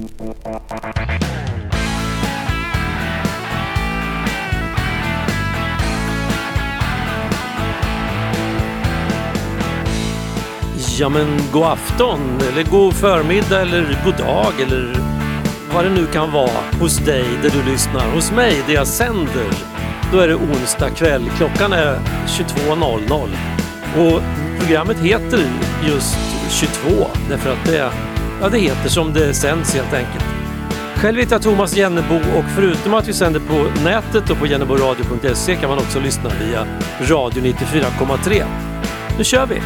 Ja, men god afton eller god förmiddag eller god dag eller vad det nu kan vara hos dig där du lyssnar. Hos mig där jag sänder, då är det onsdag kväll. Klockan är 22.00 och programmet heter just 22 därför att det heter som det sänds helt enkelt. Själv heter jag Thomas Jennebo och förutom att vi sänder på nätet och på jenneboradio.se kan man också lyssna via Radio 94,3. Nu kör vi!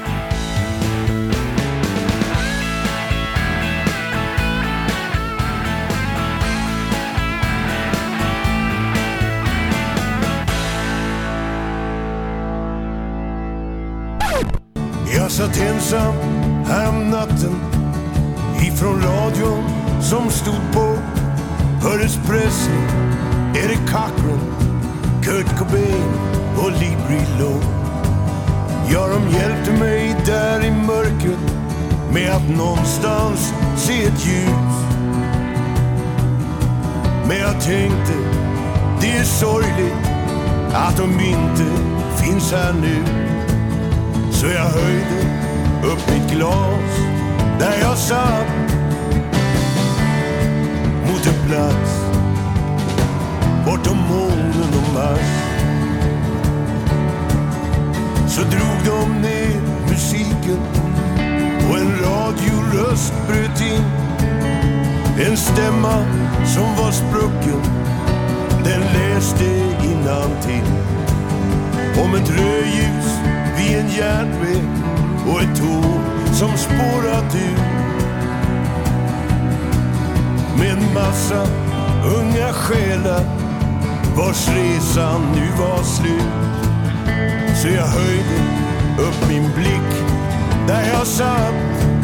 Jag satt ensam här om natten ifrån radion som stod på. Hördes Presley, Eric Cochran, Kurt Cobain och Lee Brillo. Ja, de hjälpte mig där i mörkret med att någonstans se ett ljus. Men jag tänkte, det är sorgligt att de inte finns här nu. Så jag höjde upp mitt glas där jag satt mot en plats bortom månen och Mars. Så drog de ner musiken och en radioröst bröt in. En stämma som var sprucken, den läste innantill om ett rödljus vid en järnväg och ett tåg som spårat ut med en massa unga själar vars resan nu var slut. Så jag höjde upp min blick där jag satt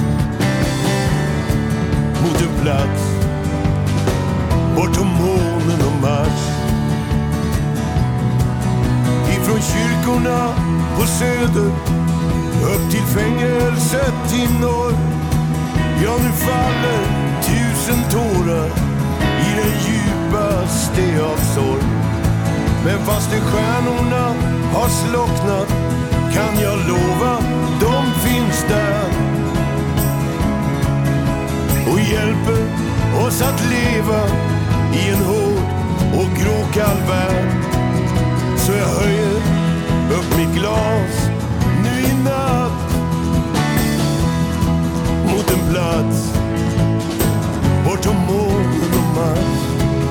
mot en plats bortom månen och Mars. Ifrån kyrkorna på söder upp till fängelset i norr. Ja, nu faller 1000 tårar i den djupaste av sorg. Men fast de stjärnorna har slocknat kan jag lova, de finns där och hjälper oss att leva i en hård och gråkall värld. Så jag höjer upp mitt glas nu i natt mot en plats bortom månen och Mars.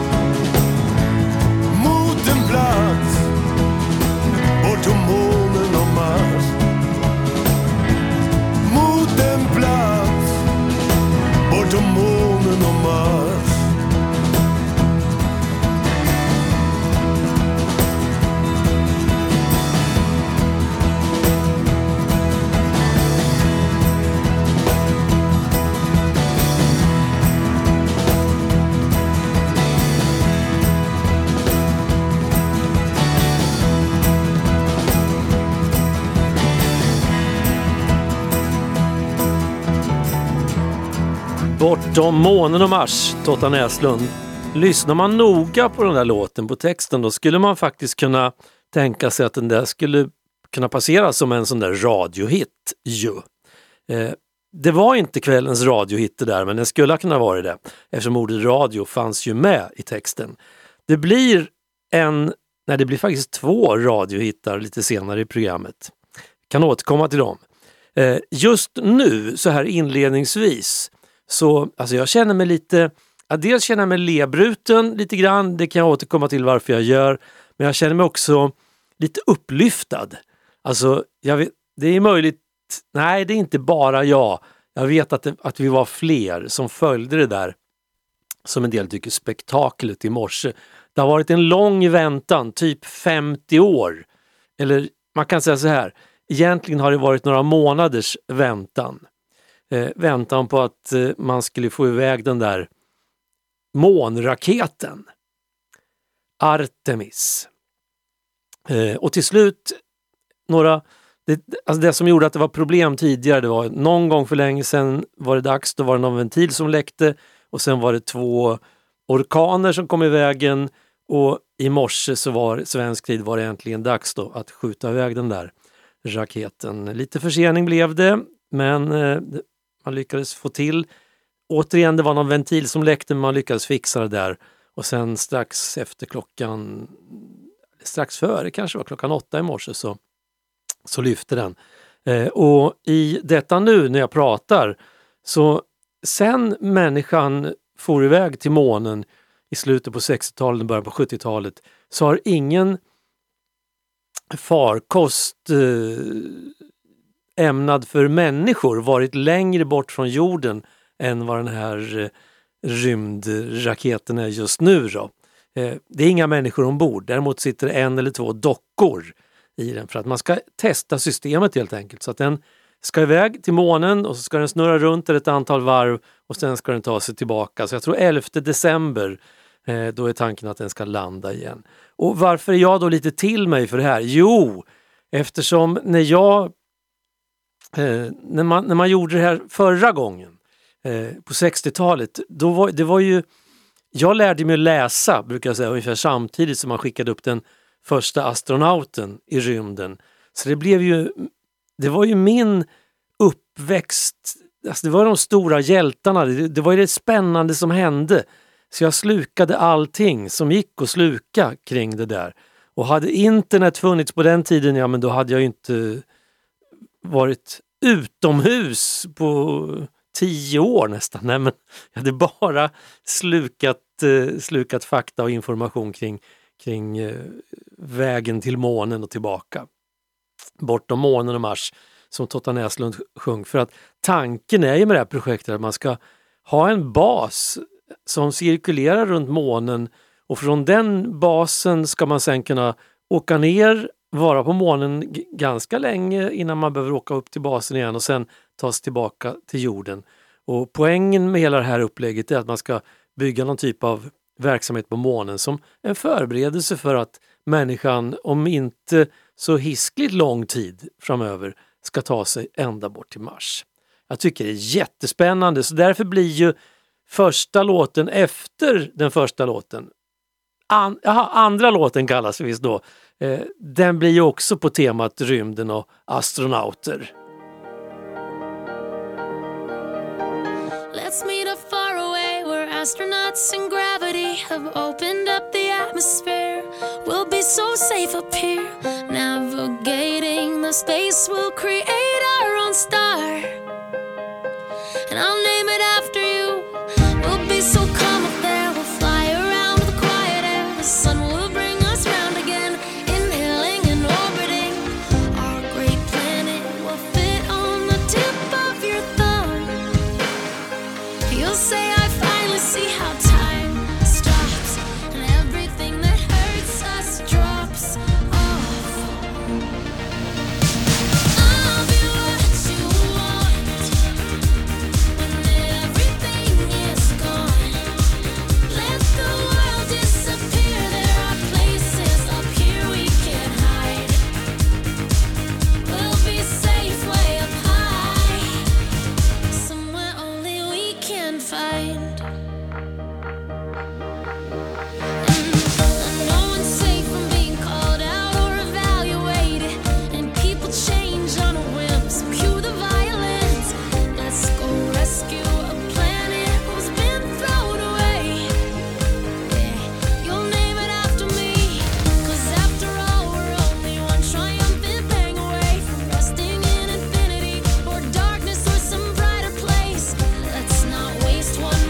Mot en plats bortom månen och Mars. Mot en plats bortom månen och Mars. Bortom månen och Mars, Totta Näslund. Lyssnar man noga på den där låten, på texten, då skulle man faktiskt kunna tänka sig att den där skulle kunna passera som en sån där radiohit. Det var inte kvällens radiohit det där, men den skulle ha kunnat vara det eftersom ordet radio fanns ju med i texten. Det blir faktiskt 2 radiohittar lite senare i programmet. Kan återkomma till dem. Just nu, så här inledningsvis, så alltså jag känner mig lite, dels känner jag mig lebruten lite grann, det kan jag återkomma till varför jag gör, men jag känner mig också lite upplyftad. Alltså, det är möjligt, nej det är inte bara jag vet att vi var fler som följde det där, som en del tycker, spektaklet i morse. Det har varit en lång väntan, typ 50 år, eller man kan säga så här, egentligen har det varit några månaders väntan. Väntan på att man skulle få iväg den där månraketen Artemis. Och till slut det som gjorde att det var problem tidigare, det var någon gång för länge sedan var det dags, då var det någon ventil som läckte och sen var det 2 orkaner som kom i vägen, och i morse så var svensk tid var det äntligen dags då att skjuta iväg den där raketen. Lite försening blev det, men man lyckades få till. Återigen, det var någon ventil som läckte, men man lyckades fixa det där. Och sen strax före, kanske var klockan 8 i morse, så lyfte den. Och i detta nu när jag pratar, så sen människan for iväg till månen i slutet på 60-talet och början på 70-talet, så har ingen farkost ämnad för människor varit längre bort från jorden än vad den här rymdraketen är just nu då. Det är inga människor ombord, däremot sitter 1 eller 2 dockor i den för att man ska testa systemet helt enkelt. Så att den ska iväg till månen och så ska den snurra runt ett antal varv och sen ska den ta sig tillbaka. Så jag tror 11 december, då är tanken att den ska landa igen. Och varför är jag då lite till mig för det här? Jo, eftersom när man gjorde det här förra gången på 60-talet, det var ju, jag lärde mig läsa, brukar jag säga, ungefär samtidigt som man skickade upp den första astronauten i rymden. Så det var ju min uppväxt, alltså det var de stora hjältarna, det var ju det spännande som hände. Så jag slukade allting som gick att sluka kring det där. Och hade internet funnits på den tiden, ja men då hade jag ju inte varit utomhus på 10 år nästan. Nej, men jag hade bara slukat fakta och information kring vägen till månen och tillbaka. Bortom månen och Mars, som Totta Näslund sjöng. För att tanken är ju med det här projektet att man ska ha en bas som cirkulerar runt månen, och från den basen ska man sen kunna åka ner, vara på månen ganska länge innan man behöver åka upp till basen igen och sen ta sig tillbaka till jorden. Och poängen med hela det här upplägget är att man ska bygga någon typ av verksamhet på månen som en förberedelse för att människan om inte så hiskligt lång tid framöver ska ta sig ända bort till Mars. Jag tycker det är jättespännande, så därför blir ju första låten efter den första låten, andra låten kallas det visst då, den blir ju också på temat rymden och astronauter. Let's meet up far away where astronauts and gravity have opened up the atmosphere. We'll be so safe up here, navigating the space. We'll create our own star, and I'll name it after you. We'll be so calm up there, we'll fly around with quiet air. The sun will bring us round again, inhaling and orbiting. Our great planet will fit on the tip of your thumb. You'll say I finally see how time stops, and everything that hurts us drops off. I'll be what you want when everything is gone. Let the world disappear. There are places up here we can hide. We'll be safe way up high, somewhere only we can find. And no one's safe from being called out or evaluated, and people change on a whim. So cue the violins. Let's go rescue a planet who's been thrown away. Yeah, you'll name it after me, 'cause after all we're only one triumphant bang away from resting in infinity or darkness or some brighter place. Let's not waste one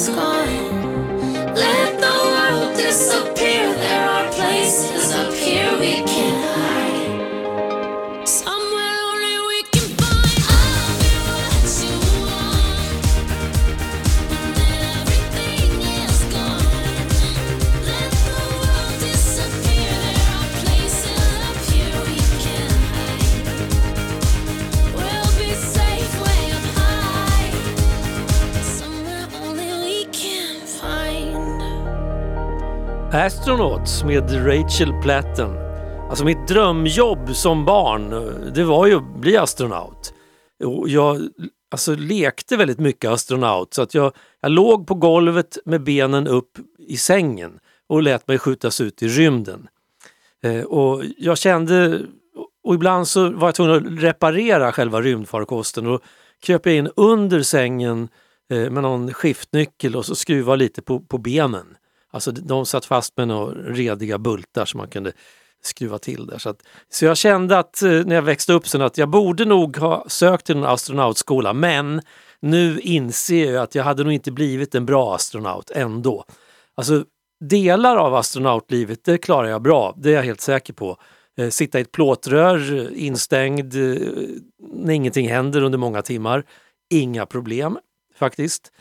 is gone. Let the world disappear. There are places up here we can hide. Somewhere only we can find. I'll be what you want when everything is gone. Let the world disappear. There are places up here we can hide. We'll be safe way up high. Somewhere only we can find. Astronauts med Rachel Platten. Alltså mitt drömjobb som barn, det var ju att bli astronaut. Och jag lekte väldigt mycket astronaut, så att jag låg på golvet med benen upp i sängen och lät mig skjutas ut i rymden. Och jag kände, och ibland så var jag tvungen att reparera själva rymdfarkosten, och kröp jag in under sängen med någon skiftnyckel och så skruva lite på benen. Alltså de satt fast med några rediga bultar som man kunde skruva till där. Så jag kände att när jag växte upp sen att jag borde nog ha sökt till en astronautskola, men nu inser jag att jag hade nog inte blivit en bra astronaut ändå. Alltså delar av astronautlivet, det klarar jag bra, det är jag helt säker på. Sitta i ett plåtrör instängd när ingenting händer under många timmar, inga problem faktiskt.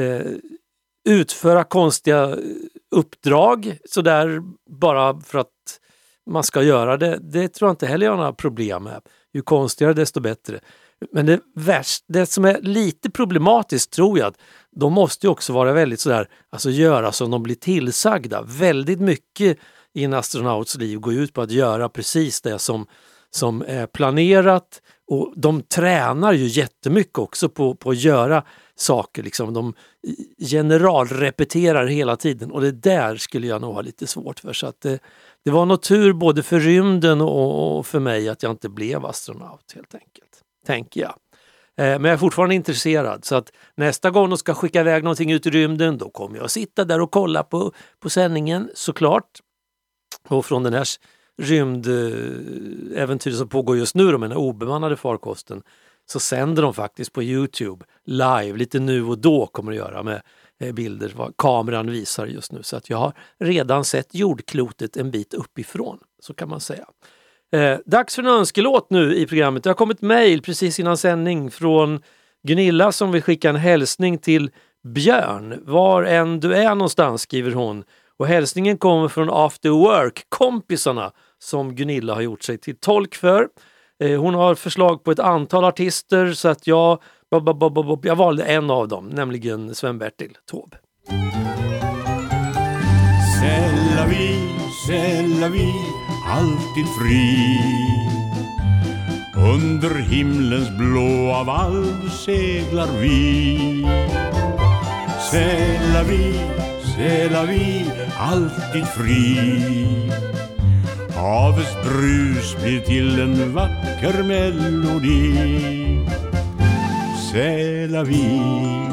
Utföra konstiga uppdrag så där bara för att man ska göra det tror jag inte heller jag har några problem med. Ju konstigare desto bättre. Men det som är lite problematiskt tror jag att de måste ju också vara väldigt sådär, alltså göra som de blir tillsagda. Väldigt mycket i en astronauts liv går ut på att göra precis det som är planerat, och de tränar ju jättemycket också på att göra saker. Liksom. De generalrepeterar hela tiden, och det där skulle jag nog ha lite svårt för. Så att det var nog tur både för rymden och för mig att jag inte blev astronaut helt enkelt, tänker jag. Men jag är fortfarande intresserad, så att nästa gång de ska skicka iväg någonting ut i rymden, då kommer jag att sitta där och kolla på sändningen såklart. Och från den här rymdäventyret som pågår just nu, med den obemannade farkosten, så sänder de faktiskt på YouTube live, lite nu och då kommer att göra med bilder vad kameran visar just nu. Så att jag har redan sett jordklotet en bit uppifrån, så kan man säga. Dags för en önskelåt nu i programmet. Det har kommit mejl precis innan sändning från Gunilla som vill skicka en hälsning till Björn. Var än du är någonstans, skriver hon. Och hälsningen kommer från After Work-kompisarna som Gunilla har gjort sig till tolk för. Hon har förslag på ett antal artister, så att jag valde en av dem, nämligen Sven-Bertil Taube. C'est la vie, alltid fri. Under himlens blåa valv seglar vi. C'est la vie, alltid fri. Havets brus blir till en vacker melodi. C'est la vie.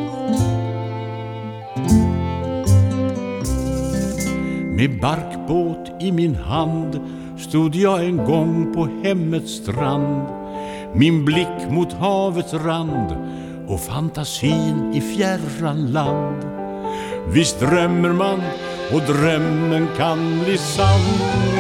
Med barkbåt i min hand stod jag en gång på hemmets strand. Min blick mot havets rand och fantasin i fjärran land. Visst drömmer man och drömmen kan bli sann.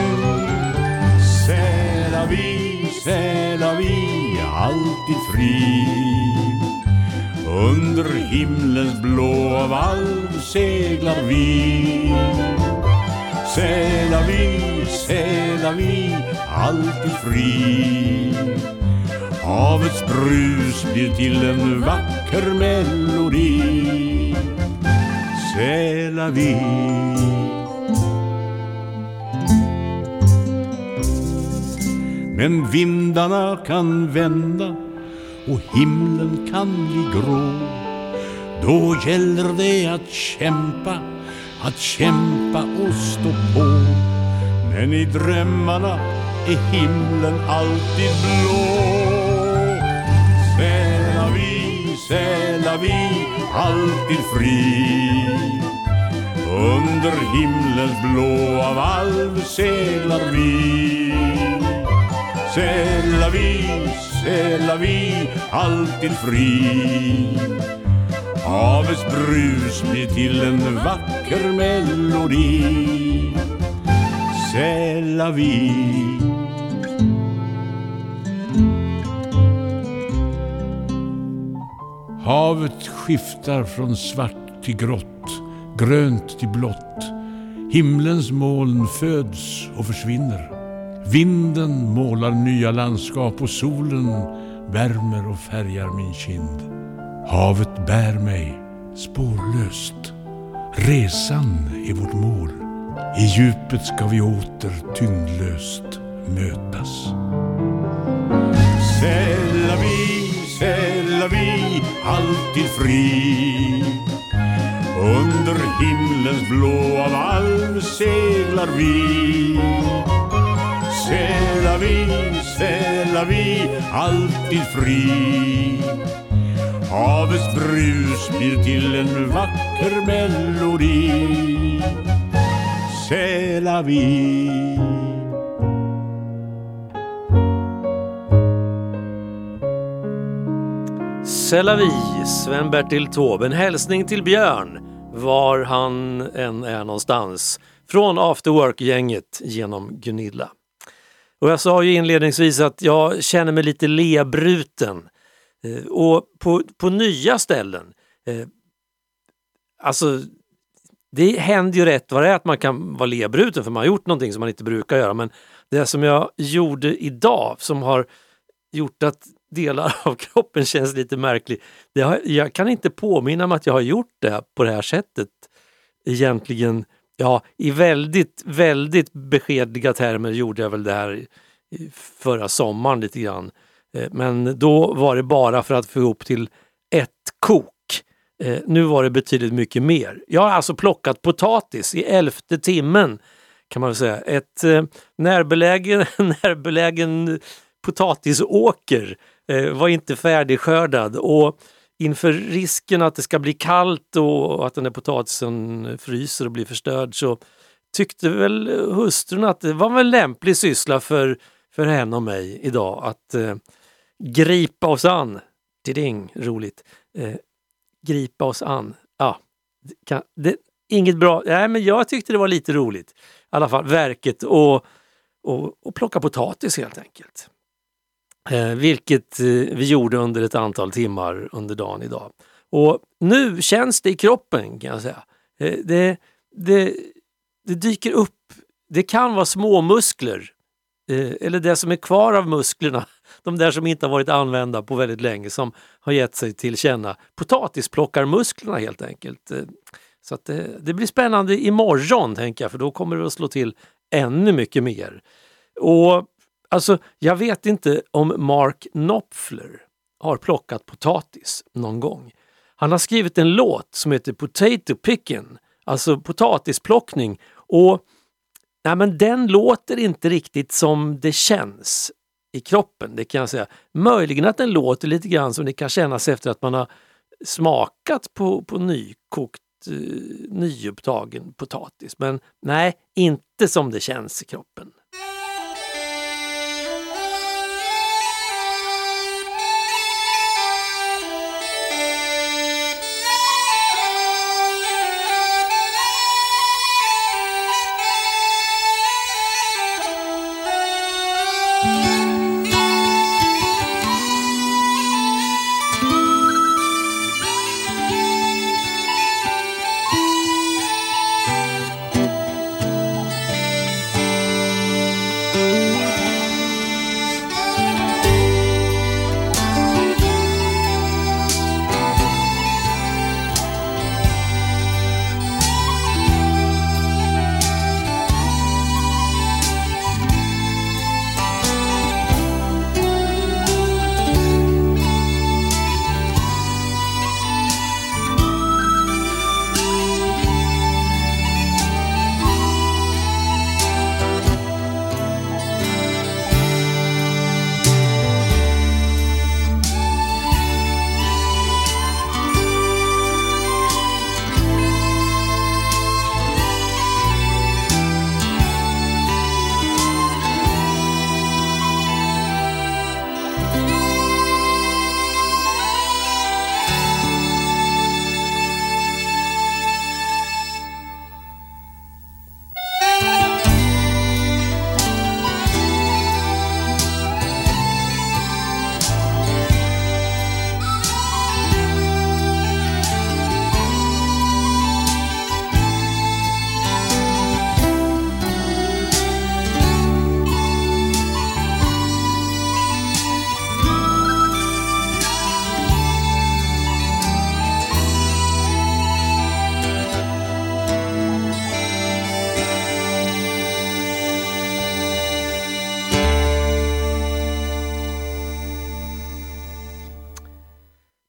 C'est la vie, alltid fri. Under himlens blåa valv seglar vi. C'est la vie, alltid fri. Havets brus blir till en vacker melodi. C'est la vie. Men vindarna kan vända och himlen kan bli grå. Då gäller det att kämpa och stå på. Men i drömmarna är himlen alltid blå. C'est la vie, alltid fri. Under himlens blåa valv seglar vi. C'est la vie, alltid fri. Havets brus blir till en vacker melodi. C'est la vie. Havet skiftar från svart till grått, grönt till blått. Himlens moln föds och försvinner. Vinden målar nya landskap och solen värmer och färgar min kind. Havet bär mig spårlöst. Resan är vårt mål. I djupet ska vi åter tyngdlöst mötas. C'est la vie, alltid fri. Under himlens blåa valv seglar vi. C'est la vie, alltid fri. Havets brus blir till en vacker melodi. C'est la vie. C'est la vie, Sven-Bertil Taube. En hälsning till Björn, var han än är någonstans. Från After Work-gänget genom Gunilla. Och jag sa ju inledningsvis att jag känner mig lite lebruten. Och på nya ställen. Alltså, det händer ju rätt vad det är att man kan vara lebruten för man har gjort någonting som man inte brukar göra. Men det som jag gjorde idag som har gjort att delar av kroppen känns lite märklig. Jag kan inte påminna mig att jag har gjort det på det här sättet. Egentligen, ja, i väldigt, väldigt beskedliga termer gjorde jag väl det här förra sommaren lite grann. Men då var det bara för att få ihop till ett kok. Nu var det betydligt mycket mer. Jag har alltså plockat potatis i 11:e timmen kan man väl säga. Ett närbelägen potatisåker var inte färdigskördad och inför risken att det ska bli kallt och att den där potatisen fryser och blir förstörd så tyckte väl hustrun att det var en lämplig syssla för henne och mig idag att gripa oss an. Tiding, roligt. Gripa oss an. Ja, inget bra. Nej, men jag tyckte det var lite roligt. I alla fall verket och plocka potatis helt enkelt. Vilket vi gjorde under ett antal timmar under dagen idag. Och nu känns det i kroppen kan jag säga. Det dyker upp. Det kan vara små muskler. Eller det som är kvar av musklerna. De där som inte har varit använda på väldigt länge som har gett sig till känna. Potatisplockarmusklerna helt enkelt. Så att det blir spännande imorgon tänker jag. För då kommer det att slå till ännu mycket mer. Och alltså, jag vet inte om Mark Knopfler har plockat potatis någon gång. Han har skrivit en låt som heter Potato Picking, alltså potatisplockning. Och nej, men den låter inte riktigt som det känns i kroppen, det kan jag säga. Möjligen att den låter lite grann som det kan kännas efter att man har smakat på nyupptagen potatis. Men nej, inte som det känns i kroppen.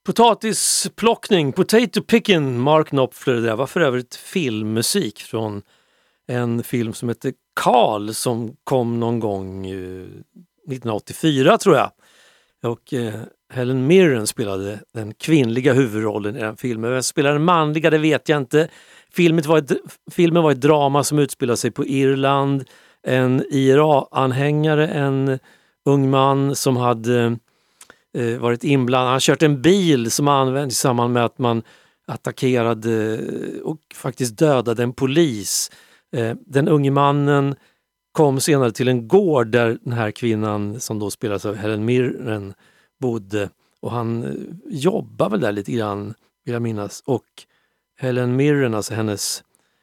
Potatisplockning, potato picking, Mark Knopfler. Det var för övrigt filmmusik från en film som heter Karl som kom någon gång 1984 tror jag. Och Helen Mirren spelade den kvinnliga huvudrollen i den filmen. Vem spelar den manliga, det vet jag inte. Filmen var ett drama som utspelade sig på Irland. En IRA-anhängare, en ung man som hade varit inblandad. Han kört en bil som användes i samband med att man attackerade och faktiskt dödade en polis. Den unge mannen kom senare till en gård där den här kvinnan som då spelas av Helen Mirren bodde. Och han jobbar väl där lite grann, vill jag minnas. Och Helen Mirren, alltså hennes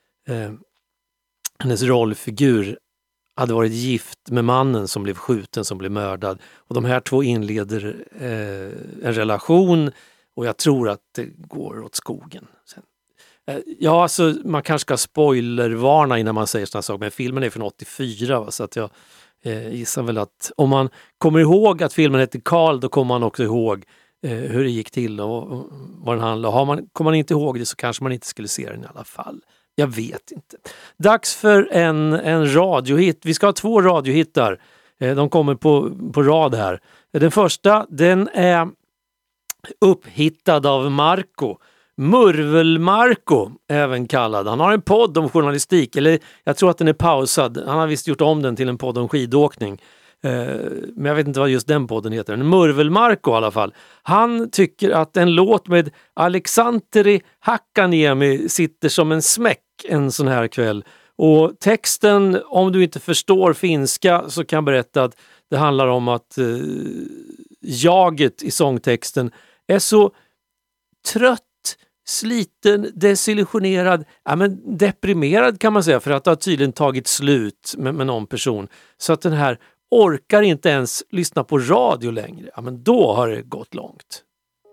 rollfigur, hade varit gift med mannen som blev skjuten, som blev mördad. Och de här två inleder en relation och jag tror att det går åt skogen sen. Ja, alltså man kanske ska spoilervarna innan man säger sådana saker, men filmen är från 84 va? Så att jag gissar väl att om man kommer ihåg att filmen heter Karl, då kommer man också ihåg hur det gick till och vad den handlar om. Kommer man inte ihåg det så kanske man inte skulle se den i alla fall. Jag vet inte. Dags för en radiohit. Vi ska ha 2 radiohittar. De kommer på rad här. Den första, den är upphittad av Marco. Murvel-Marco, även kallad. Han har en podd om journalistik, eller jag tror att den är pausad. Han har visst gjort om den till en podd om skidåkning. Men jag vet inte vad just den podden heter. En Murvel-Marco i alla fall. Han tycker att en låt med Aleksanteri Hakaniemi sitter som en smäck en sån här kväll. Och texten, om du inte förstår finska så kan jag berätta att det handlar om att jaget i sångtexten är så trött, sliten, desillusionerad, ja, men deprimerad kan man säga, för att det har tydligen tagit slut med någon person. Så att den här orkar inte ens lyssna på radio längre. Ja, men då har det gått långt.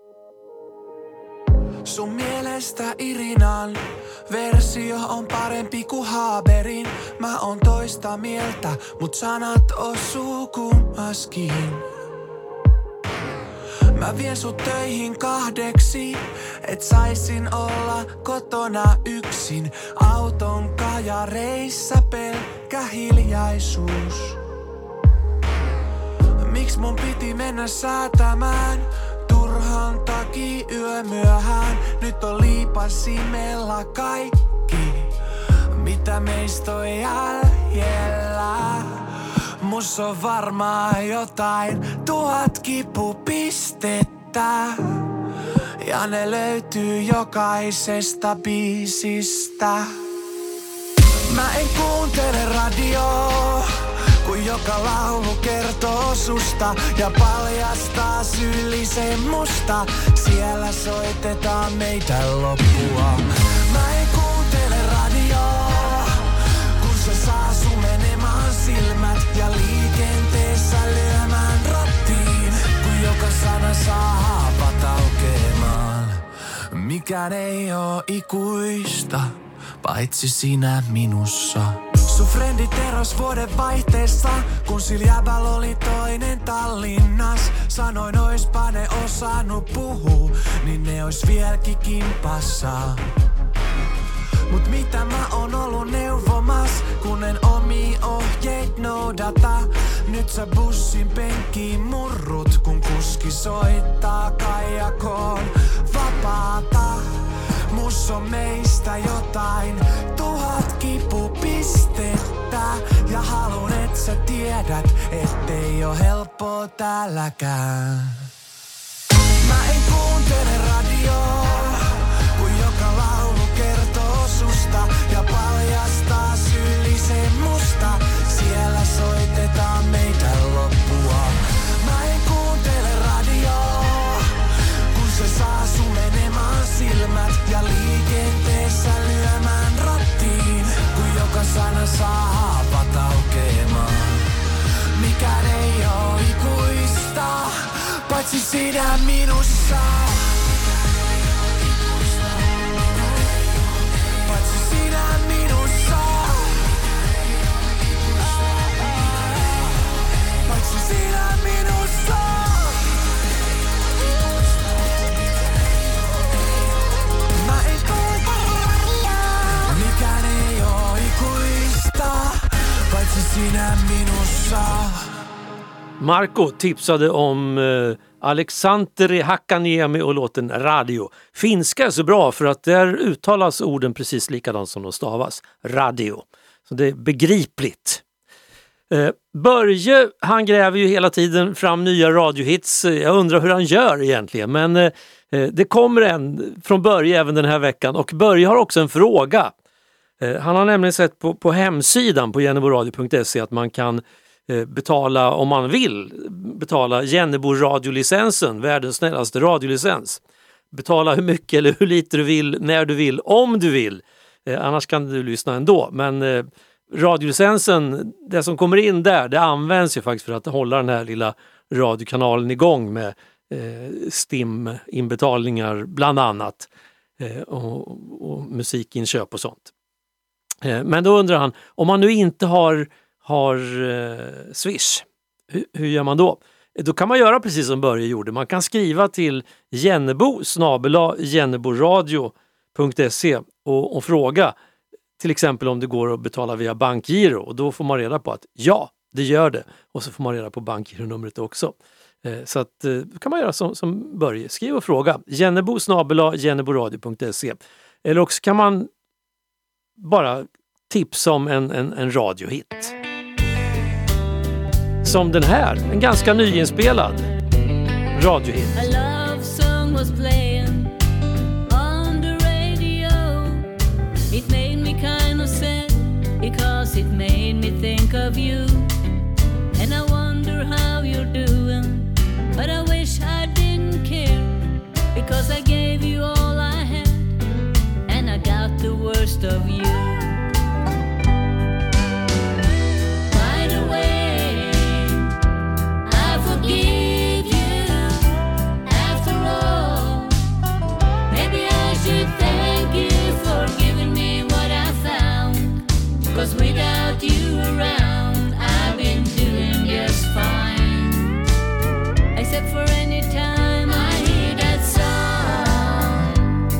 Sun mielestä Irinan versio on parempi kuin Haberin. Mä oon toista mieltä, mut sanat osuu kummaskin. Mä vien sut töihin 2, et saisin olla kotona yksin. Auton kajareissa pelkkä hiljaisuus. Miks mun piti mennä säätämään turhan takia yömyöhään? Nyt on liipasimella kaikki, mitä meistä on jäljellä. Mus on varmaan jotain 1000 kipupistettä, ja ne löytyy jokaisesta biisistä. Mä en kuuntele radioa, kun joka laulu kertoo susta ja paljastaa syyllisen musta. Siellä soitetaan meitä loppua. Mä en kuuntele radioa, kun se saa sumenemaan silmät ja liikenteessä lyömään rattiin, kun joka sana saa haapata aukeamaan. Mikään ei oo ikuista, paitsi sinä minussa. Sun frendit eros vuoden vaihteessa, kun sillä jäbäl oli toinen Tallinnas. Sanoin oispa ne osannut puhua, niin ne ois vieläkin kimpassa. Mut mitä mä oon ollut neuvomas, kun en omii ohjeit noudata. Nyt sä bussin penkkiin murrut, kun kuski soittaa kaijakoon vapaata. Mus on meistä jotain 1000 kipupistettä, ja halun et sä tiedät, ettei oo helppoa täälläkään. Mä en kuuntele radioa, kun joka laulu kertoo susta ja paljastaa syyllisen musta. Siellä soitetaan meitä loppua. Mä en kuuntele radioa, kun se saa sumenemaan silmät ja liikenteessä lyömään rattiin, kun joka sana saa haapata aukeamaan. Mikään ei oo ikuista, paitsi sinä minussa. Paitsi sinä minussa. Paitsi sinä minussa. Marco tipsade om Aleksanteri Hakaniemi och låten Radio. Finska är så bra för att där uttalas orden precis likadant som de stavas. Radio. Så det är begripligt. Börje, han gräver ju hela tiden fram nya radiohits. Jag undrar hur han gör egentligen, men det kommer en från Börje även den här veckan. Och Börje har också en fråga. Han har nämligen sett på hemsidan på jenneboradio.se att man kan betala, om man vill, betala Jennebo radiolicensen, världens snällaste radiolicens. Betala hur mycket eller hur lite du vill, när du vill, om du vill. Annars kan du lyssna ändå. Men radiolicensen, det som kommer in där, det används ju faktiskt för att hålla den här lilla radiokanalen igång med STIM-inbetalningar bland annat och musikinköp och sånt. Men då undrar han, om man nu inte har Swish, hur gör man då? Då kan man göra precis som Börje gjorde. Man kan skriva till jennebo@jenneboradio.se och fråga till exempel om det går att betala via bankgiro, och då får man reda på att ja, det gör det, och så får man reda på bankgironumret också. Så att kan man göra som Börje, skriv och fråga jennebo@jenneboradio.se, eller också kan man bara tipsa om en radiohit. Som den här, en ganska nyinspelad radiohit. A love song was playing on the radio. It made me kind of sad because it made me think of you. And I wonder how you're doing, but I wish I didn't care, because I gave you all I had and I got the worst of you. Forgive you after all. Maybe I should thank you for giving me what I found, 'cause without you around I've been doing just fine. Except for any time I hear that song.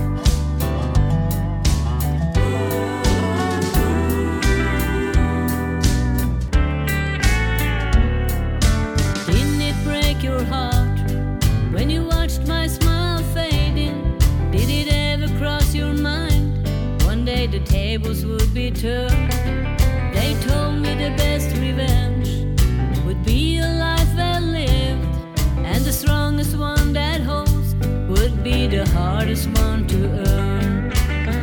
Didn't it break your heart when you watched my smile fading? Did it ever cross your mind one day the tables would be turned? They told me the best revenge would be a life well lived, and the strongest one that holds would be the hardest one to earn.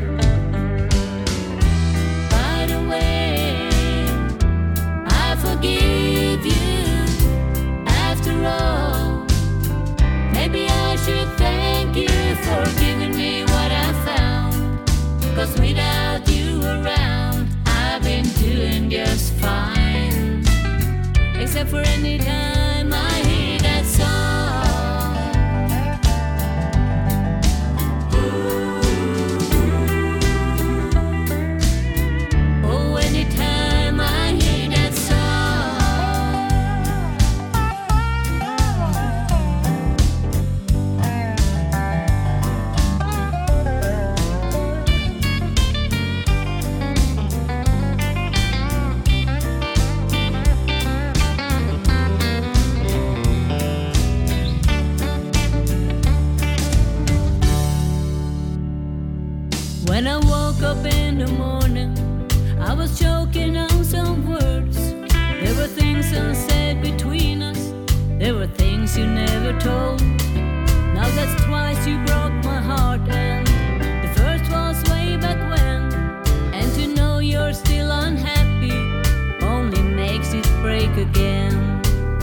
By the way, I forgive you after all. Maybe I should thank you for giving me what I found, 'cause without you around I've been doing just fine. Except for any time I hear that song. Oh, anytime I hear that song. When I woke up in the morning, I was choking on some words. There were things unsaid between us. There were things you never told. Now that's twice you broke my heart, and the first was way back when. And to know you're still unhappy only makes it break again.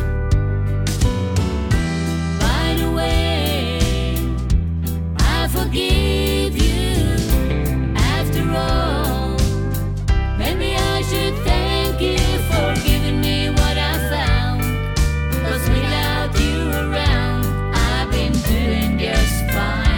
By the way, I forgive you after all. Maybe I should thank you for giving me what I found, 'cause without you around I've been doing just fine.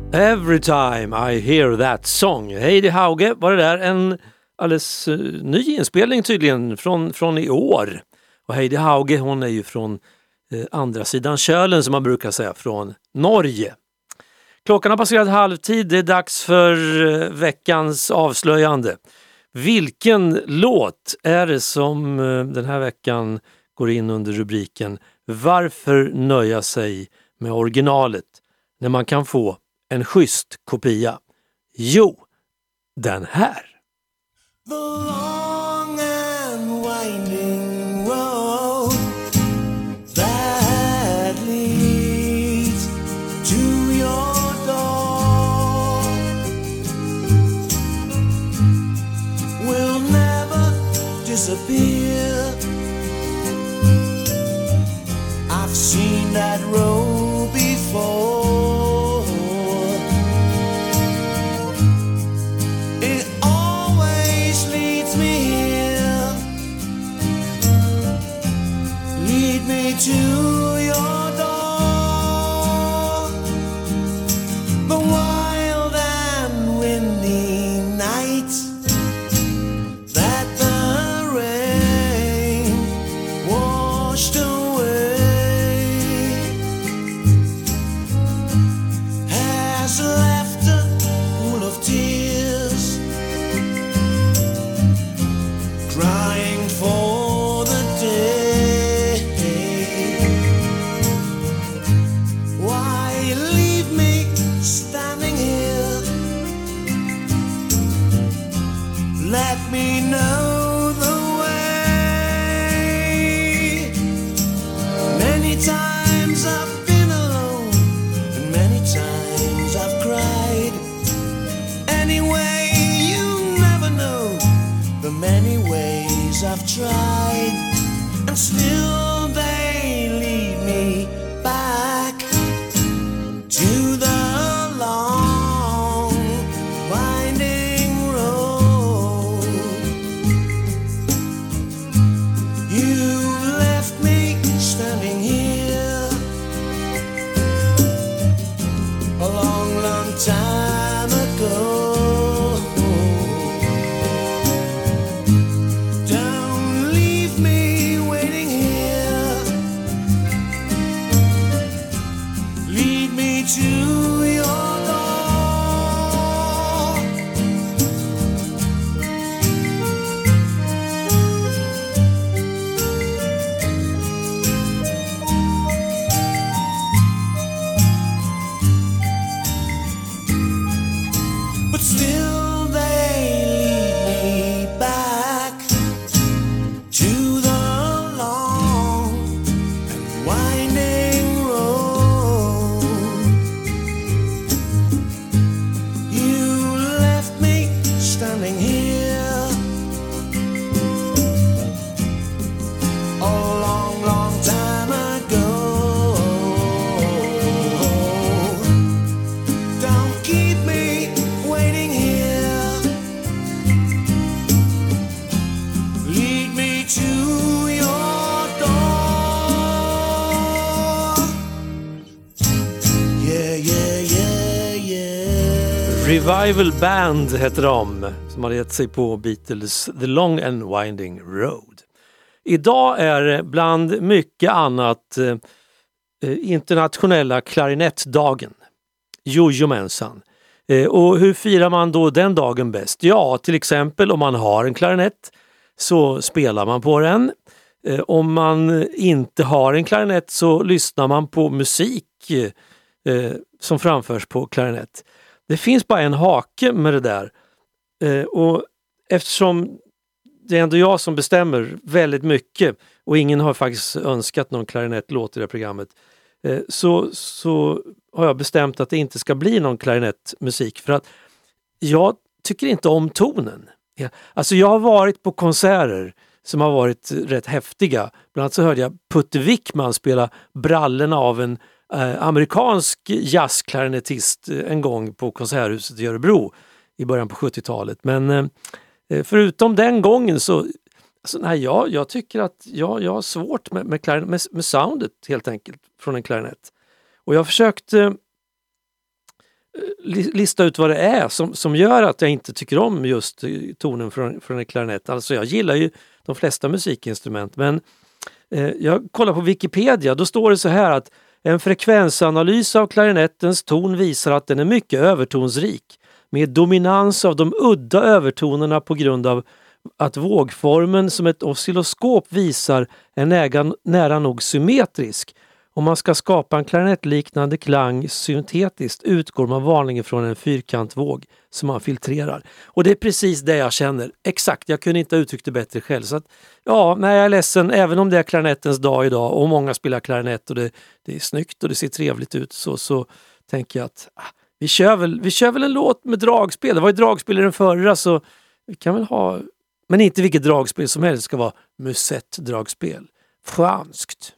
Every time I hear that song. Heidi Hauge var det där, en alldeles ny inspelning tydligen från i år. Och Heidi Hauge, hon är ju från andra sidan kölen som man brukar säga, från Norge. Klockan har passerat halvtid, det är dags för veckans avslöjande. Vilken låt är det som den här veckan går in under rubriken Varför nöja sig med originalet när man kan få en schysst kopia? Jo, den här. The long and winding road that leads to your door will never disappear. I've seen that road before. To your door, the wild and windy nights that the rain washed away has left a pool of tears, crying for the day. Let me know the way. Many times I've been alone, and many times I've cried. Anyway, you never know the many ways I've tried, and still they lead me back to the long winding road. You left me standing here a long, long time ago. Don't leave me waiting here. Lead me to your door. But still they lead me back to the long and winding road. You left me standing here a long, long time ago. Don't keep me waiting here. Lead me to your door. Yeah, yeah, yeah, yeah. Revival Band heter de, som har gett sig på Beatles The Long and Winding Road. Idag är det bland mycket annat internationella klarinettdagen. Jojomensan. Och hur firar man då den dagen bäst? Ja, till exempel om man har en klarinett så spelar man på den. Om man inte har en klarinett så lyssnar man på musik som framförs på klarinett. Det finns bara en hake med det där. Och eftersom det är ändå jag som bestämmer väldigt mycket och ingen har faktiskt önskat någon klarinettlåt i det här programmet, så har jag bestämt att det inte ska bli någon klarinettmusik, för att jag tycker inte om tonen. Alltså jag har varit på konserter som har varit rätt häftiga. Bland annat så hörde jag Putte Wickman spela brallorna av en amerikansk jazzklarinettist en gång på Konserthuset i Örebro i början på 70-talet. Men förutom den gången så alltså, nej, jag tycker att jag har svårt med soundet helt enkelt från en klarinett. Och jag försökte lista ut vad det är som gör att jag inte tycker om just tonen från en klarinett. Alltså jag gillar ju de flesta musikinstrument, men jag kollar på Wikipedia, då står det så här att en frekvensanalys av klarinettens ton visar att den är mycket övertonsrik, med dominans av de udda övertonerna på grund av att vågformen som ett oscilloskop visar är nära nog symmetrisk. Om man ska skapa en klarinettliknande klang syntetiskt utgår man vanligen från en fyrkantvåg som man filtrerar. Och det är precis det jag känner. Exakt, jag kunde inte ha uttryckt det bättre själv. Så att, ja, när jag är ledsen, även om det är klarinettens dag idag och många spelar klarinett och det är snyggt och det ser trevligt ut, så tänker jag att vi kör väl en låt med dragspel. Det var ju dragspel i den förra, så vi kan väl ha... Men inte vilket dragspel som helst, ska vara musett-dragspel. Franskt.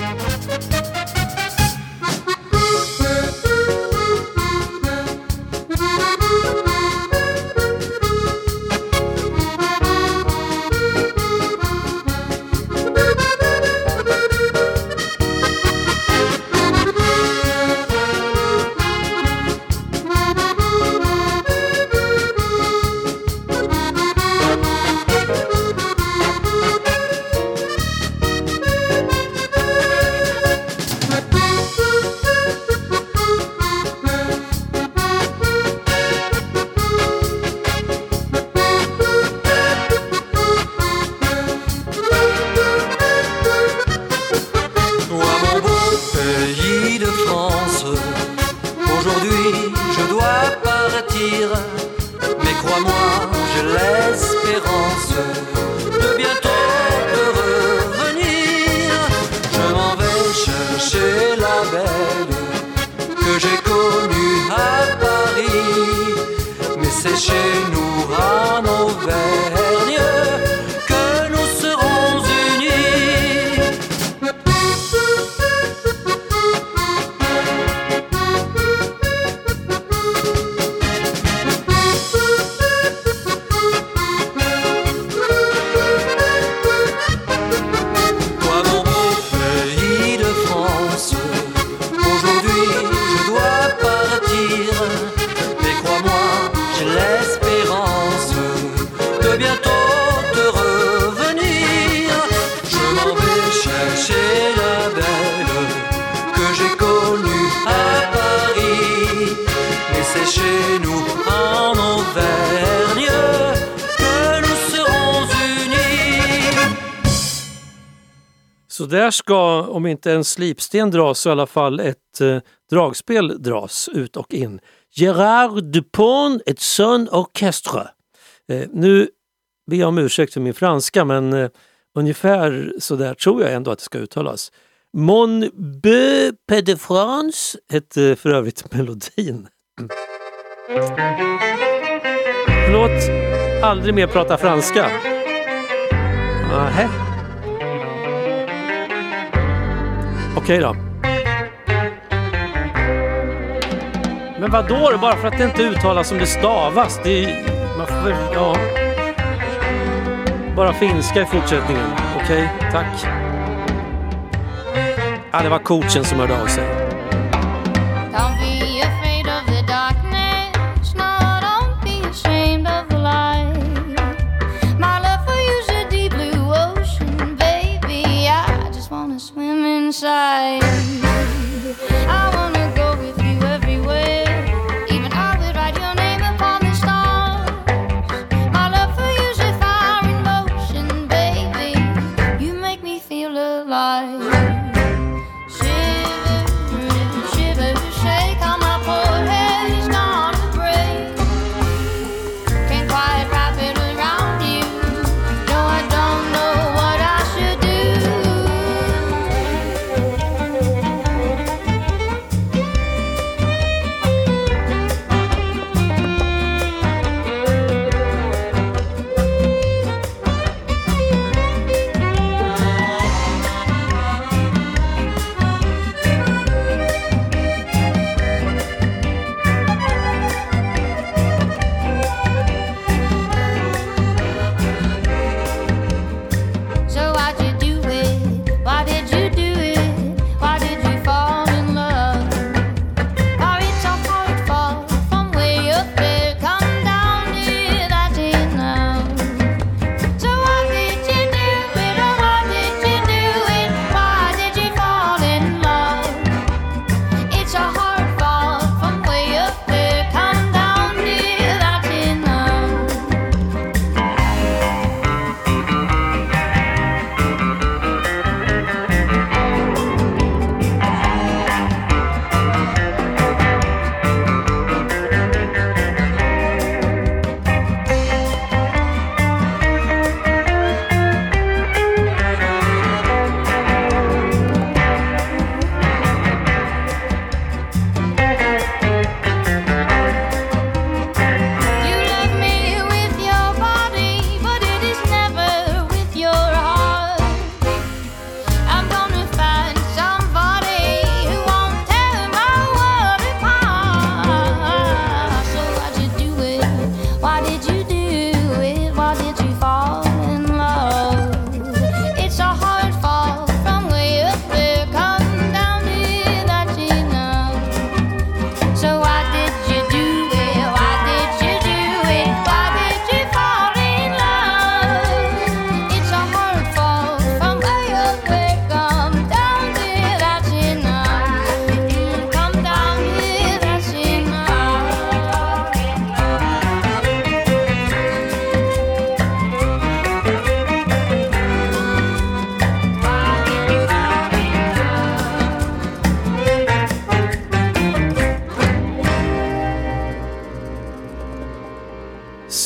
Så där ska, om inte en slipsten dras, så i alla fall ett dragspel dras ut och in. Gérard Dupont, ett son orchestre. Nu ber jag om ursäkt för min franska, men ungefär så där tror jag ändå att det ska uttalas. Mon beau pays de France heter för övrigt melodin. Förlåt, aldrig mer prata franska. Nähä. Okej då. Men vadå? Bara för att det inte uttalas som det stavas. Det är, man får, ja. Bara finska i fortsättningen. Okej, tack. Ja, det var coachen som hörde av sig. Inside, I wanna go with you everywhere. Even I would write your name upon the stars. My love for you's a fire in motion, baby. You make me feel alive. Shivering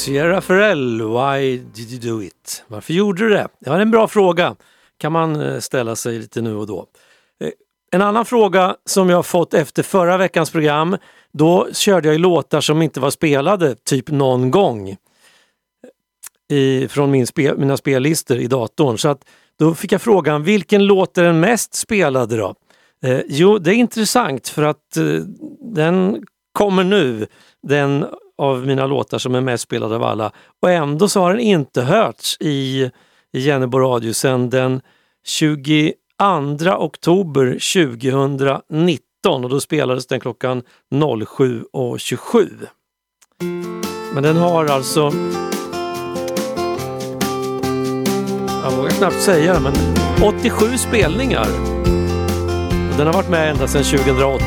Sierra Ferrell, Why did you do it? Varför gjorde du det? Ja, det är en bra fråga. Kan man ställa sig lite nu och då. En annan fråga som jag har fått efter förra veckans program, då körde jag låtar som inte var spelade typ någon gång från mina spellistor i datorn. Så att då fick jag frågan, vilken låt är den mest spelade då? Jo, det är intressant för att den kommer nu, den av mina låtar som är mest spelade av alla. Och ändå så har den inte hörts i Jennebo Radio sedan den 22 oktober 2019 och då spelades den klockan 07.27. Men den har alltså, jag vågar knappt säga det, men 87 spelningar. Och den har varit med ända sedan 2008.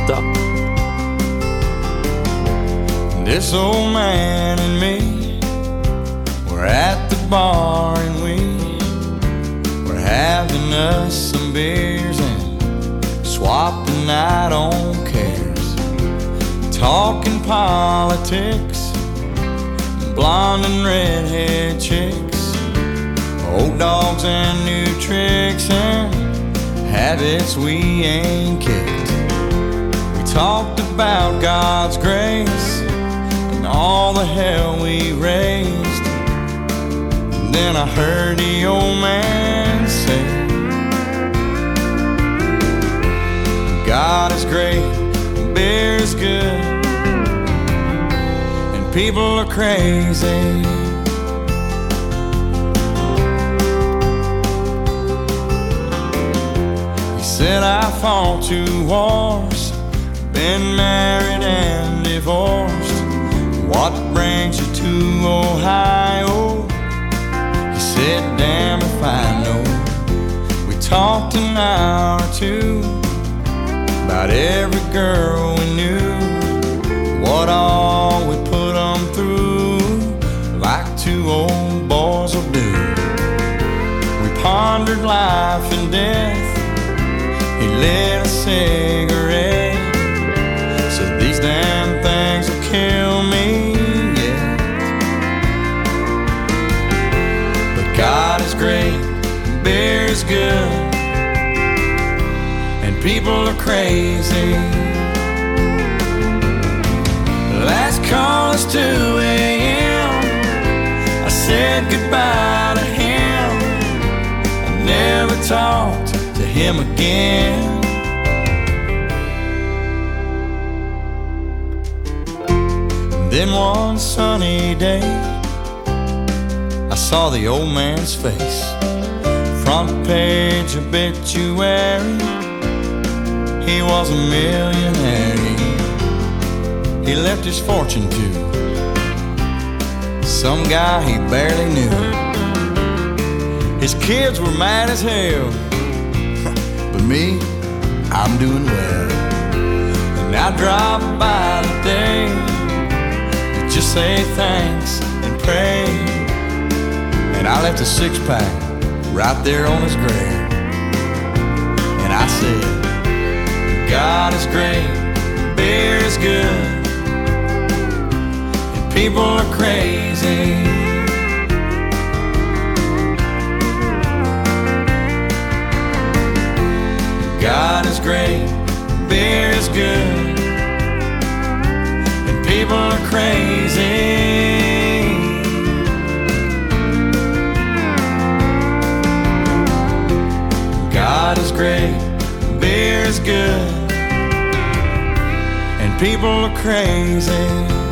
This old man and me, we're at the bar and we're having us some beers and swapping out on cares, talking politics, blonde and redhead chicks, old dogs and new tricks and habits we ain't kicked. We talked about God's grace and all the hell we raised. And then I heard the old man say, God is great, beer is good, and people are crazy. He said I fought 2 wars, been married and divorced. What brings you to Ohio? He said, damn if I know. We talked an hour or 2 about every girl we knew, what all we put them through, like 2 old boys will do. We pondered life and death. He lit a cigarette, said these damn things will kill me, yeah. But God is great, beer is good, and people are crazy. Last call is 2 a.m. I said goodbye to him. I never talked to him again. Then one sunny day I saw the old man's face, front page obituary. He was a millionaire. He left his fortune to some guy he barely knew. His kids were mad as hell, but me, I'm doing well. And I drop by today to just say thanks and pray. And I left a 6-pack right there on his grave. And I said, God is great, beer is good, and people are crazy. God is great, beer is good, and people are crazy. God is great, beer is good, and people are crazy.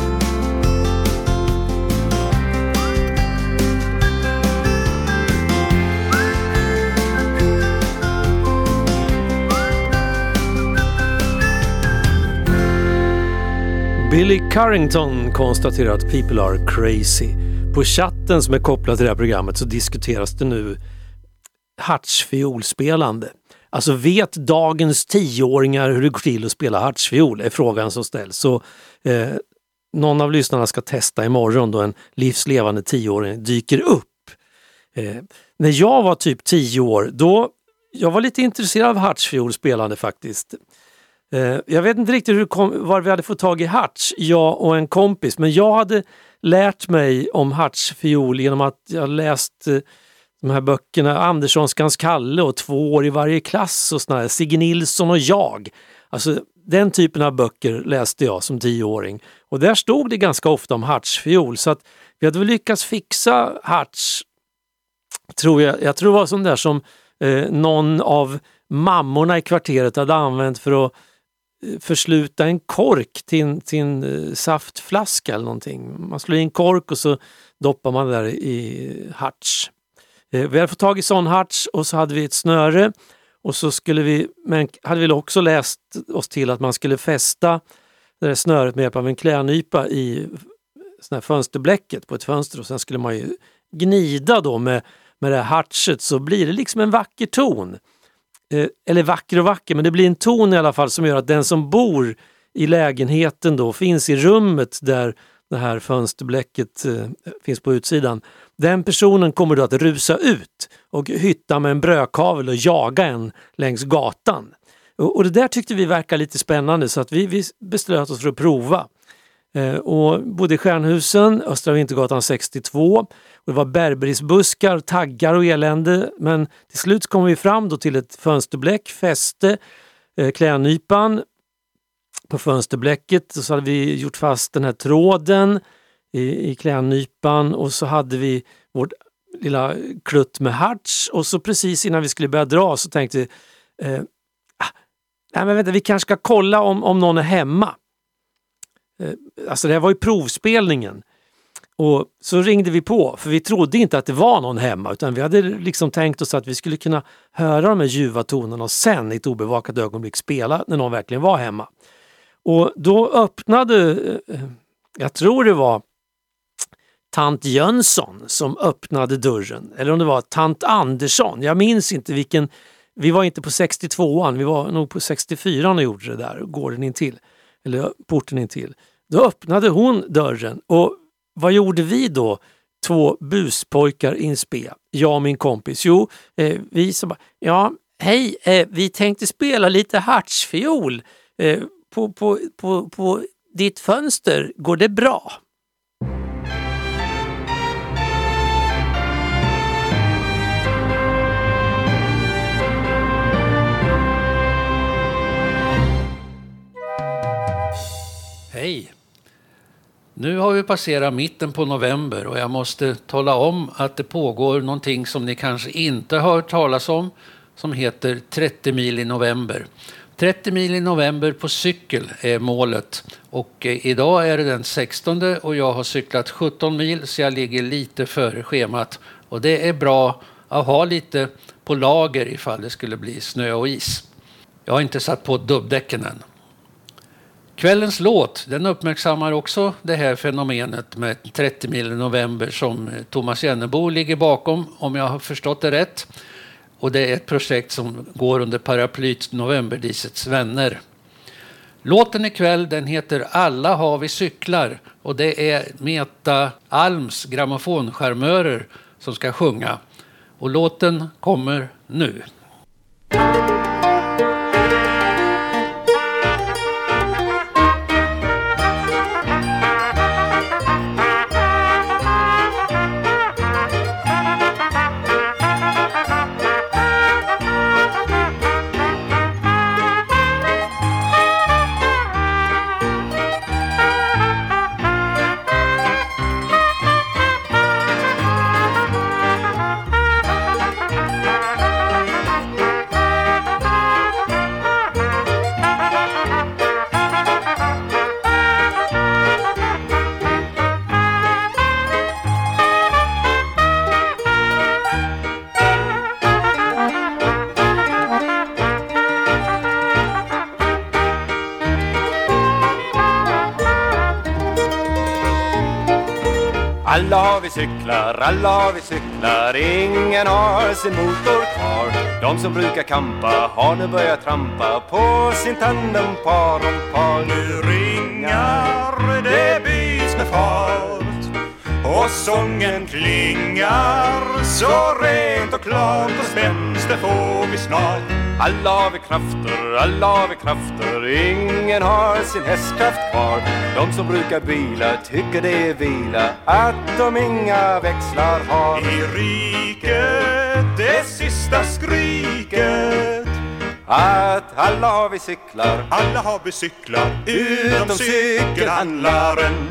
Billy Carrington konstaterar att people are crazy. På chatten som är kopplad till det här programmet så diskuteras det nu hartsfiolspelande. Alltså vet dagens 10-åringar hur det går till att spela hartsfiol är frågan som ställs. Så någon av lyssnarna ska testa imorgon då en livslevande 10-åring dyker upp. När jag var typ 10 år, då jag var lite intresserad av hartsfiolspelande faktiskt. Jag vet inte riktigt var vi hade fått tag i harts, jag och en kompis. Men jag hade lärt mig om hartsfiol genom att jag läst de här böckerna Anderssonskans Kalle och 2 år i varje klass och såna här, Sigge Nilsson och jag. Alltså den typen av böcker läste jag som 10-åring. Och där stod det ganska ofta om hartsfiol. Så att vi hade väl lyckats fixa harts, tror jag. Jag tror det var sån där som någon av mammorna i kvarteret hade använt för att försluta en kork till en saftflaska eller någonting. Man slår in kork och så doppar man där i harts. Vi hade fått tag i sån harts och så hade vi ett snöre och så hade vi också läst oss till att man skulle fästa det där snöret med hjälp av en klädnypa i sån här fönsterbläcket på ett fönster och sen skulle man ju gnida då med det här hartset, så blir det liksom en vacker ton. Eller vacker, men det blir en ton i alla fall som gör att den som bor i lägenheten då finns i rummet där det här fönsterbläcket finns på utsidan. Den personen kommer då att rusa ut och hytta med en brödkavel och jaga en längs gatan. Och det där tyckte vi verkar lite spännande, så att vi beslöt oss för att prova. Och bodde i Stjärnhusen, Östra Vintergatan 62. Och det var berberisbuskar, taggar och elände. Men till slut kom vi fram då till ett fönsterbläck, fäste klädnypan på fönsterbläcket. Och så hade vi gjort fast den här tråden i klädnypan. Och så hade vi vårt lilla klutt med harts. Och så precis innan vi skulle börja dra så tänkte vi nej men vänta, vi kanske ska kolla om någon är hemma. Alltså det här var ju provspelningen. Och så ringde vi på, för vi trodde inte att det var någon hemma, utan vi hade liksom tänkt oss att vi skulle kunna höra de här ljuva tonerna och sen i ett obevakat ögonblick spela när någon verkligen var hemma. Och då öppnade, jag tror det var tant Jönsson som öppnade dörren, eller om det var tant Andersson, jag minns inte vilken. Vi var inte på 62an, vi var nog på 64an och gjorde det där, gården intill, eller porten intill. Då öppnade hon dörren och vad gjorde vi då? 2 buspojkar in spe, jag och min kompis. Jo, vi sa bara, ja, hej, vi tänkte spela lite hartsfiol på ditt fönster, går det bra? Hej! Nu har vi passerat mitten på november och jag måste tala om att det pågår någonting som ni kanske inte har hört talas om, som heter 30 mil i november. 30 mil i november på cykel är målet, och idag är det den 16 och jag har cyklat 17 mil så jag ligger lite före schemat, och det är bra att ha lite på lager ifall det skulle bli snö och is. Jag har inte satt på dubbdäcken än. Kvällens låt, den uppmärksammar också det här fenomenet med 30 mil i november som Thomas Jennebo ligger bakom, om jag har förstått det rätt. Och det är ett projekt som går under paraplyt Novemberdisets vänner. Låten ikväll, den heter Alla har vi cyklar, och det är Meta Alms grammofonskärmörer som ska sjunga. Och låten kommer nu. Alla har vi cyklar, ingen har sin motor kvar. De som brukar kampa har nu börjat trampa på sin tandempar om par. Nu ringar, det byts med fart och sången klingar så rent och klart, och spänster får vi snart. Alla har vi krafter, alla har vi krafter. Ingen har sin hästkraft kvar. De som brukar bila tycker det är vila att de inga växlar har. I riket, det sista skriket, Att alla har vi cyklar, alla har vi cyklar utom cykelhandlaren.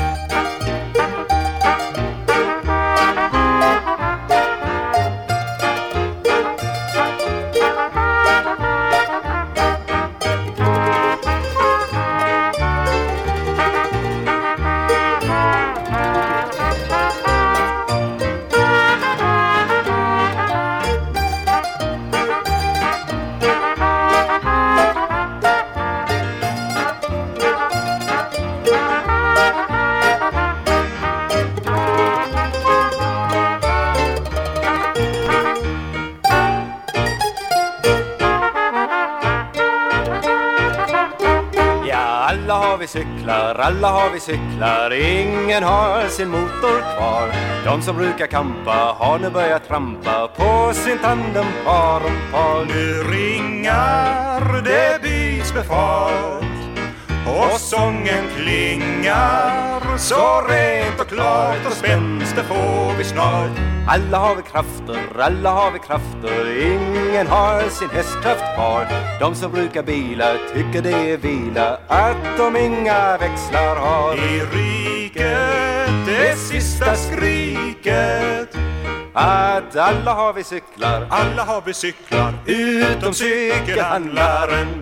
Alla har vi cyklar, ingen har sin motor kvar. De som brukar kampa har nu börjat trampa på sin tandempar. Nu ringar det bys med fart och sången klingar så rent och klart och spänster får vi snart. Alla har vi krafter, alla har vi krafter. Ingen har sin hästkraft kvar. De som brukar bila tycker det är vila att de inga växlar har. I riket, det sista skriket, Att alla har vi cyklar, alla har vi cyklar utom cykelhandlaren.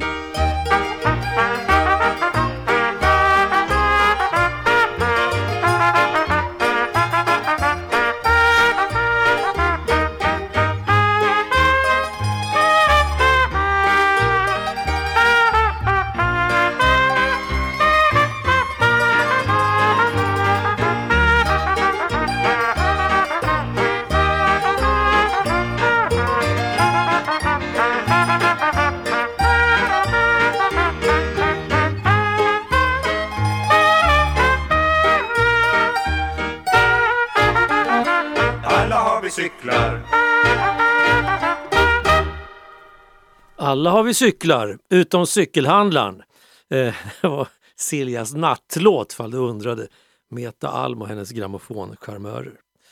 Alla har vi cyklar, utom cykelhandlaren. Det var Siljas nattlåt, fall du undrade. Meta Alm och hennes grammofoncharmörer.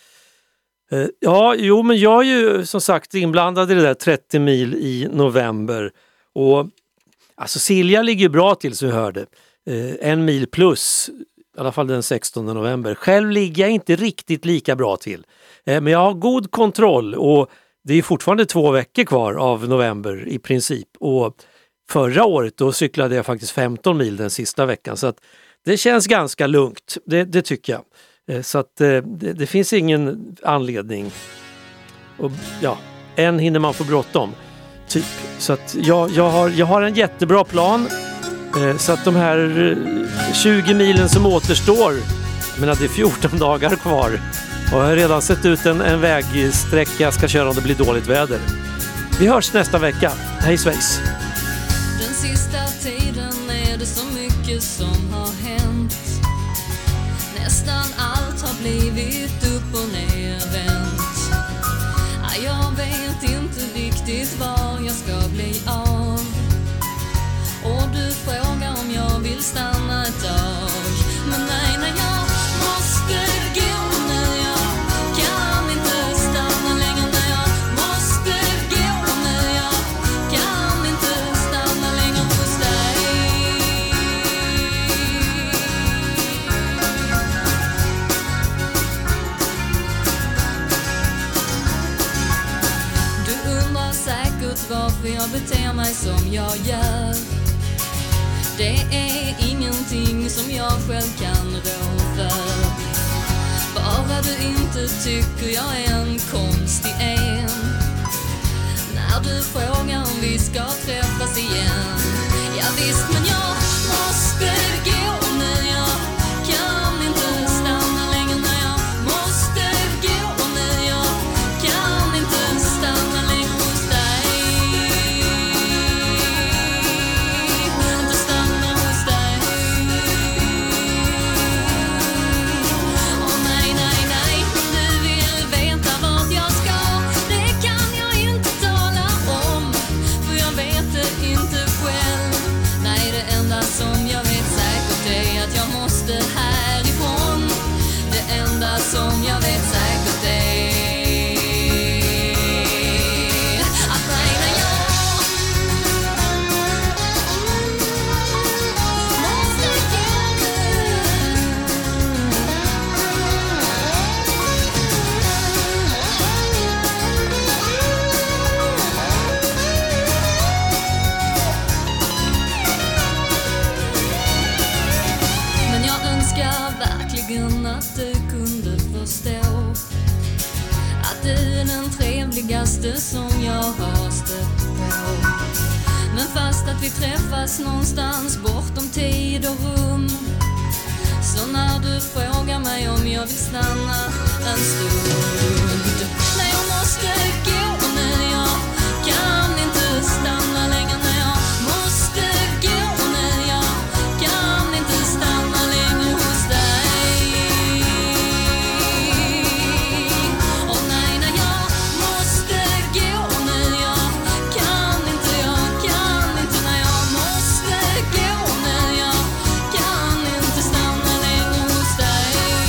Men jag är ju som sagt inblandad i det där 30 mil i november. Och alltså Silja ligger bra till som vi hörde. 1 mil plus, i alla fall den 16 november. Själv ligger jag inte riktigt lika bra till. Men jag har god kontroll och det är fortfarande 2 veckor kvar av november i princip. Och förra året då cyklade jag faktiskt 15 mil den sista veckan. Så att det känns ganska lugnt, det tycker jag. Så att det finns ingen anledning. Och ja, än hinner man få bråttom. Typ. Så att jag har en jättebra plan. Så att de här 20 milen som återstår, men det är 14 dagar kvar. Och jag har redan sett ut en vägsträcka jag ska köra om det blir dåligt väder. Vi hörs nästa vecka. Hej svejs! Den sista tiden är det så mycket som har hänt. Nästan allt har blivit upp och nervänt. Jag vet inte riktigt var jag ska bli av. Och du frågar om jag vill stanna ett tag. Men nej, jag måste gå nu. Jag kan inte stanna längre. Nej, jag måste gå nu. Jag kan inte stanna längre hos dig. Du undrar säkert varför jag beter mig som jag gör. Det är ingenting som jag själv kan rå för. Bara du inte tycker jag är en konstig en. När du frågar om vi ska träffas igen. Ja visst, men jag måste gå nu. Jag kan inte stanna längre. Nej, jag måste gå nu. Jag kan inte stanna längre hos dig. Inte stanna hos dig. Åh nej, om du vill veta vart jag ska, det kan jag inte tala om. För som jag vet säkert är att nej, när jag måste gå nu. Men jag önskar verkligen att du kunde förstå att du är den trevligaste som jag har stött på. Men fast att vi träffas någonstans bortom tid och rum, så när du frågar mig om jag vill stanna en stund, när jag måste gå, när jag kan inte stanna längre, när jag måste gå, när jag kan inte stanna längre hos dig. Och nej, när jag måste gå, när jag kan inte, när jag måste gå, när jag kan inte stanna längre hos dig.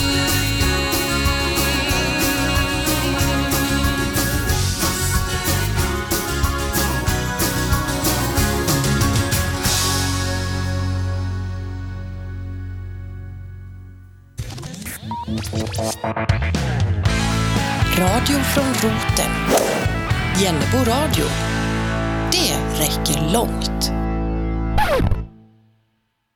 Radio från roten. Jennebo radio. Det räcker långt.